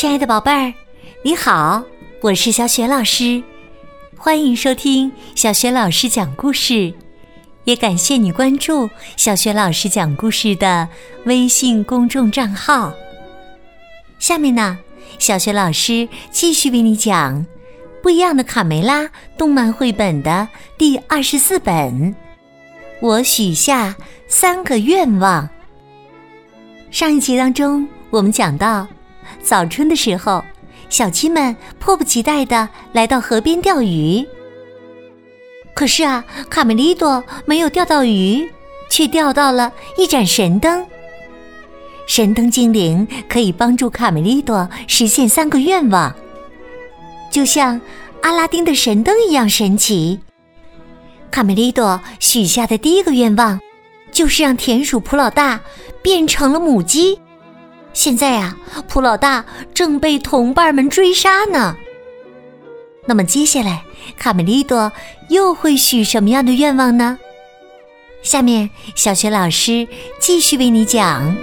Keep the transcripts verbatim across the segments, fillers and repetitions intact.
亲爱的宝贝儿，你好，我是小雪老师，欢迎收听小雪老师讲故事，也感谢你关注小雪老师讲故事的微信公众账号。下面呢，小雪老师继续为你讲不一样的卡梅拉动漫绘本的第二十四本，我许下三个愿望。上一集当中，我们讲到早春的时候，小鸡们迫不及待地来到河边钓鱼。可是啊，卡梅利多没有钓到鱼，却钓到了一盏神灯。神灯精灵可以帮助卡梅利多实现三个愿望，就像阿拉丁的神灯一样神奇。卡梅利多许下的第一个愿望，就是让田鼠普老大变成了母鸡。现在啊，普老大正被同伴们追杀呢。那么接下来，卡梅利多又会许什么样的愿望呢？下面小雪老师继续为你讲。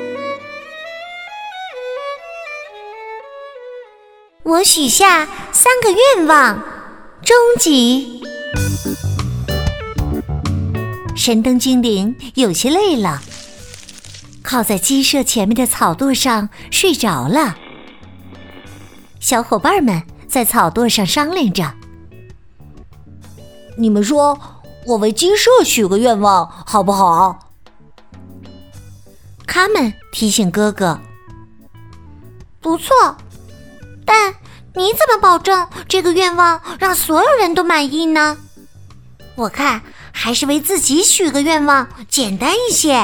我许下三个愿望，终极。神灯精灵有些累了，靠在鸡舍前面的草垛上睡着了。小伙伴们在草垛上商量着， 你们说我为鸡舍许个愿望好不好？ 他们提醒哥哥， 不错，但你怎么保证这个愿望让所有人都满意呢？我看还是为自己许个愿望简单一些。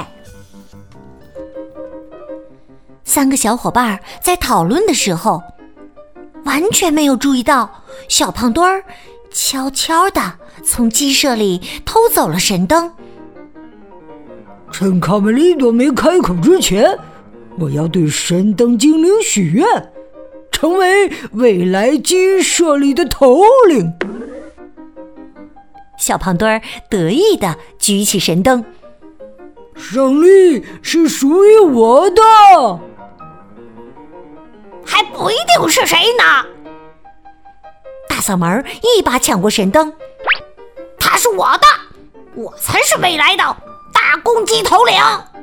三个小伙伴在讨论的时候，完全没有注意到小胖墩儿悄悄地从鸡舍里偷走了神灯。 趁卡梅利多没开口之前，我要对神灯精灵许愿，成为未来鸡舍里的头领。 小胖墩儿得意地举起神灯， 胜利是属于我的。 还不一定是谁呢！ 大嗓门一把抢过神灯， 他是我的，我才是未来的大公鸡头领。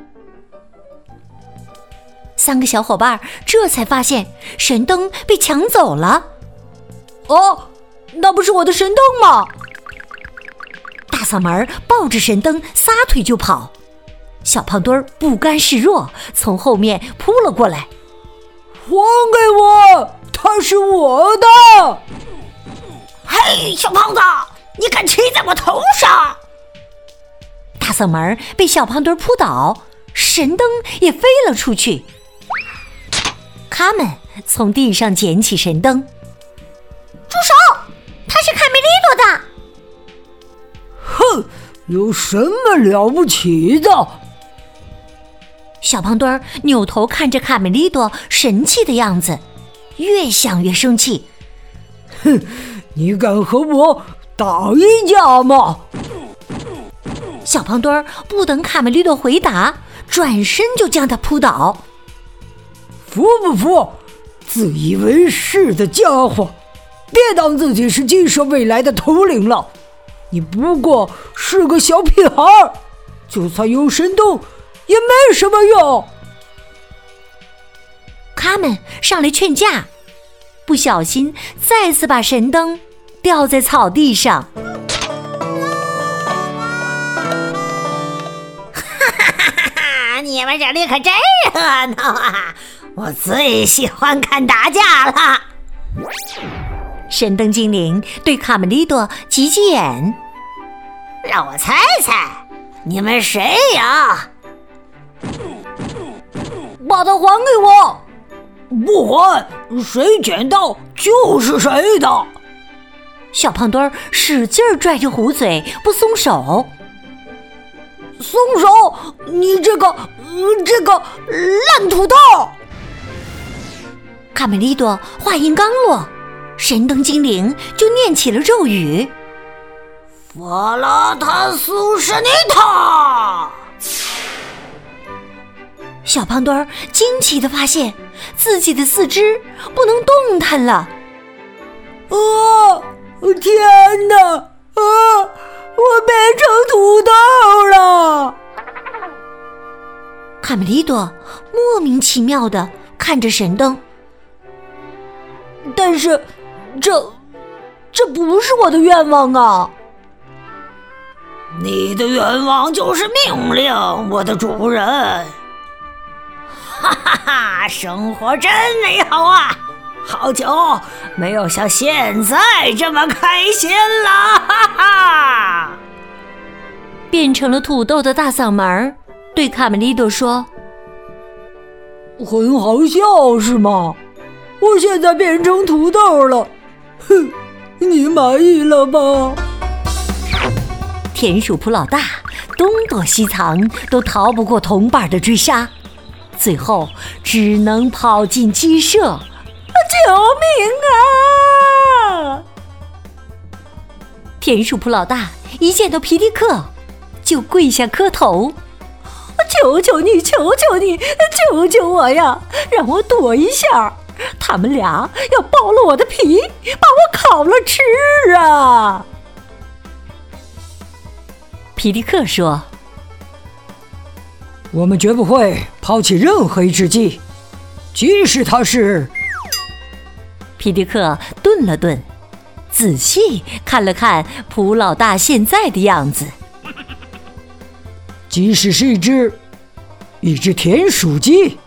三个小伙伴这才发现神灯被抢走了。 哦，那不是我的神灯吗？ 大嗓门抱着神灯撒腿就跑，小胖墩儿不甘示弱，从后面扑了过来。 还给我，它是我的！ 嘿，小胖子，你敢骑在我头上？ 大嗓门被小胖墩扑倒，神灯也飞了出去。他们从地上捡起神灯。 住手！他是卡梅利多的。 哼，有什么了不起的？ 小胖墩儿扭头看着卡梅利多神气的样子，越想越生气。 哼，你敢和我打一架吗？ 小胖墩儿不等卡梅利多回答，转身就将他扑倒。 服不服？自以为是的家伙，别当自己是鸡舍未来的头领了。你不过是个小屁孩，就算有神灯也没什么用。 他们上来劝架，不小心再次把神灯掉在草地上。 哈哈哈哈！你们这里可真热闹啊！我最喜欢看打架了。 神灯精灵对卡梅利多挤挤眼， 让我猜猜，你们谁呀？把它还给我！不还，谁捡到就是谁的。 小胖墩儿使劲拽着虎嘴不松手。 松手！你这个、呃、这个烂土豆！ 卡梅利多话音刚落，神灯精灵就念起了咒语： 法拉塔苏什尼塔。 小胖墩儿惊奇地发现自己的四肢不能动弹了。 啊！天哪！啊！我变成土豆了！ 卡梅利多莫名其妙地看着神灯。 但是，这这不是我的愿望啊！ 你的愿望就是命令，我的主人。哈哈哈，生活真美好啊！好久没有像现在这么开心了，哈哈！ 变成了土豆的大嗓门对卡梅利多说：“ 很好笑是吗？我现在变成土豆了，哼，你满意了吧？” 田鼠普老大东躲西藏，都逃不过同伴的追杀，最后只能跑进鸡舍。救命啊！田鼠普老大一见到皮迪克就跪下磕头：“求求你，求求你，救救我呀！让我躲一下，他们俩要剥了我的皮，把我烤了吃啊！”皮迪克说：“ 我们绝不会抛弃任何一只鸡，即使它是……” 皮迪克顿了顿，仔细看了看普老大现在的样子。 即使是一只一只田鼠鸡。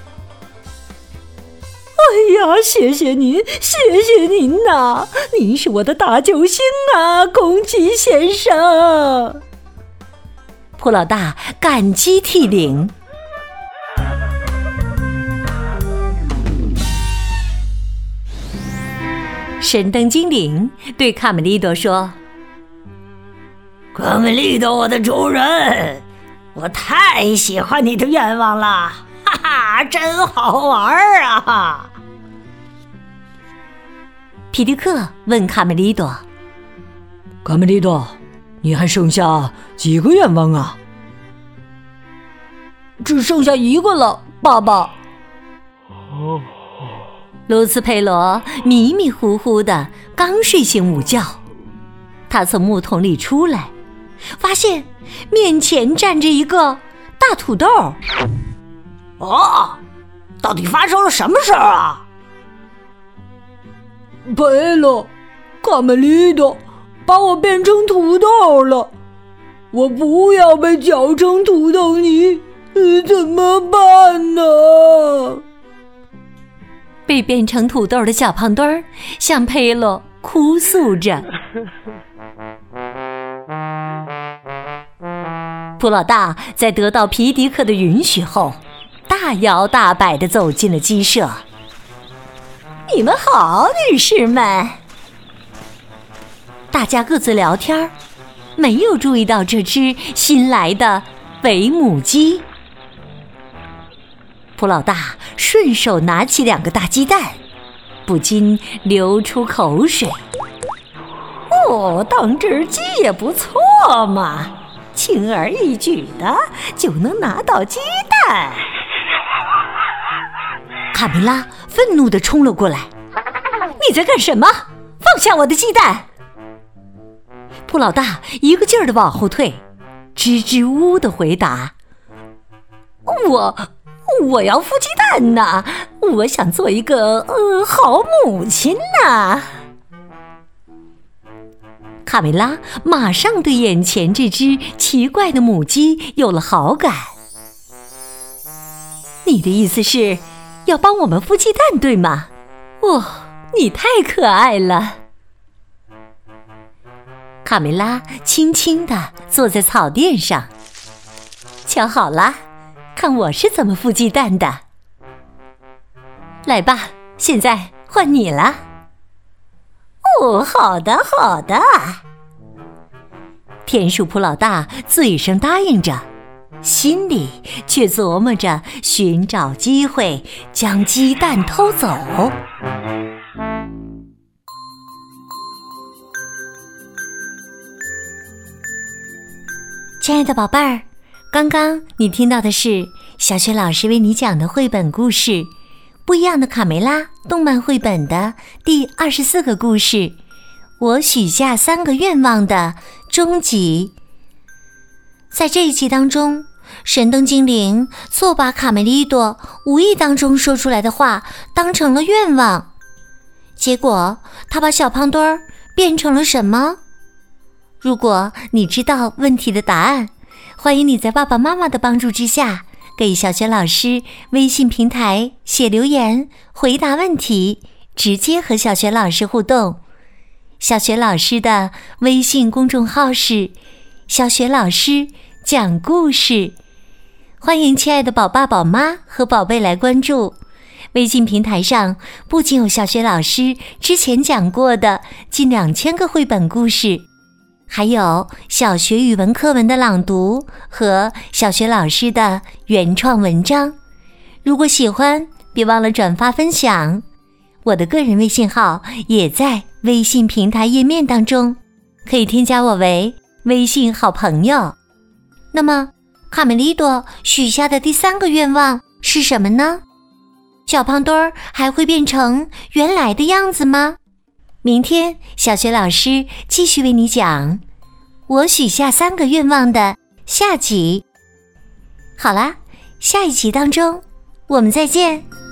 哎呀，谢谢您，谢谢您呐！您是我的大救星啊，公鸡先生。普老大感激涕零。神灯精灵对卡梅利多说：“ 卡梅利多，我的主人，我太喜欢你的愿望了，哈哈，真好玩啊！” 皮迪克问卡梅利多：“ 卡梅利多，你还剩下几个愿望啊？”“ 只剩下一个了，爸爸。”卢斯佩罗迷迷糊糊的刚睡醒午觉，他从木桶里出来，发现面前站着一个大土豆。 哦，到底发生了什么事儿啊？ 佩罗，卡梅利多把我变成土豆了，我不要被搅成土豆泥，怎么办呢？ 被变成土豆的小胖墩儿向佩洛哭诉着。普老大在得到皮迪克的允许后，大摇大摆地走进了鸡舍。“你们好，女士们！”大家各自聊天，没有注意到这只新来的伪母鸡。普老大顺手拿起两个大鸡蛋，不禁流出口水。“哦，当只鸡也不错嘛，轻而易举的就能拿到鸡蛋。”卡梅拉愤怒地冲了过来：“你在干什么？放下我的鸡蛋！”普老大一个劲儿地往后退，支支吾吾地回答：“我……我要孵鸡蛋呐！我想做一个呃好母亲呐！”卡梅拉马上对眼前这只奇怪的母鸡有了好感。“你的意思是要帮我们孵鸡蛋，对吗？哦，你太可爱了。”卡梅拉轻轻地坐在草垫上，瞧好了，看我是怎么孵鸡蛋的。来吧，现在换你了。哦，好的，好的。田鼠普老大嘴上答应着，心里却琢磨着寻找机会将鸡蛋偷走。亲爱的宝贝儿，刚刚你听到的是小雪老师为你讲的绘本故事《不一样的卡梅拉》动漫绘本的第二十四个故事，我许下三个愿望的终极。在这一集当中，神灯精灵错把卡梅利多无意当中说出来的话当成了愿望，结果他把小胖墩儿变成了什么？如果你知道问题的答案，欢迎你在爸爸妈妈的帮助之下，给小雪老师微信平台写留言回答问题，直接和小雪老师互动。小雪老师的微信公众号是小雪老师讲故事，欢迎亲爱的宝爸宝妈和宝贝来关注。微信平台上不仅有小雪老师之前讲过的近两千个绘本故事，还有小学语文课文的朗读和小学老师的原创文章。如果喜欢，别忘了转发分享。我的个人微信号也在微信平台页面当中，可以添加我为微信好朋友。那么，卡梅利多许下的第三个愿望是什么呢？小胖墩儿还会变成原来的样子吗？明天小雪老师继续为你讲我许下三个愿望的下集。好啦，下一集当中我们再见。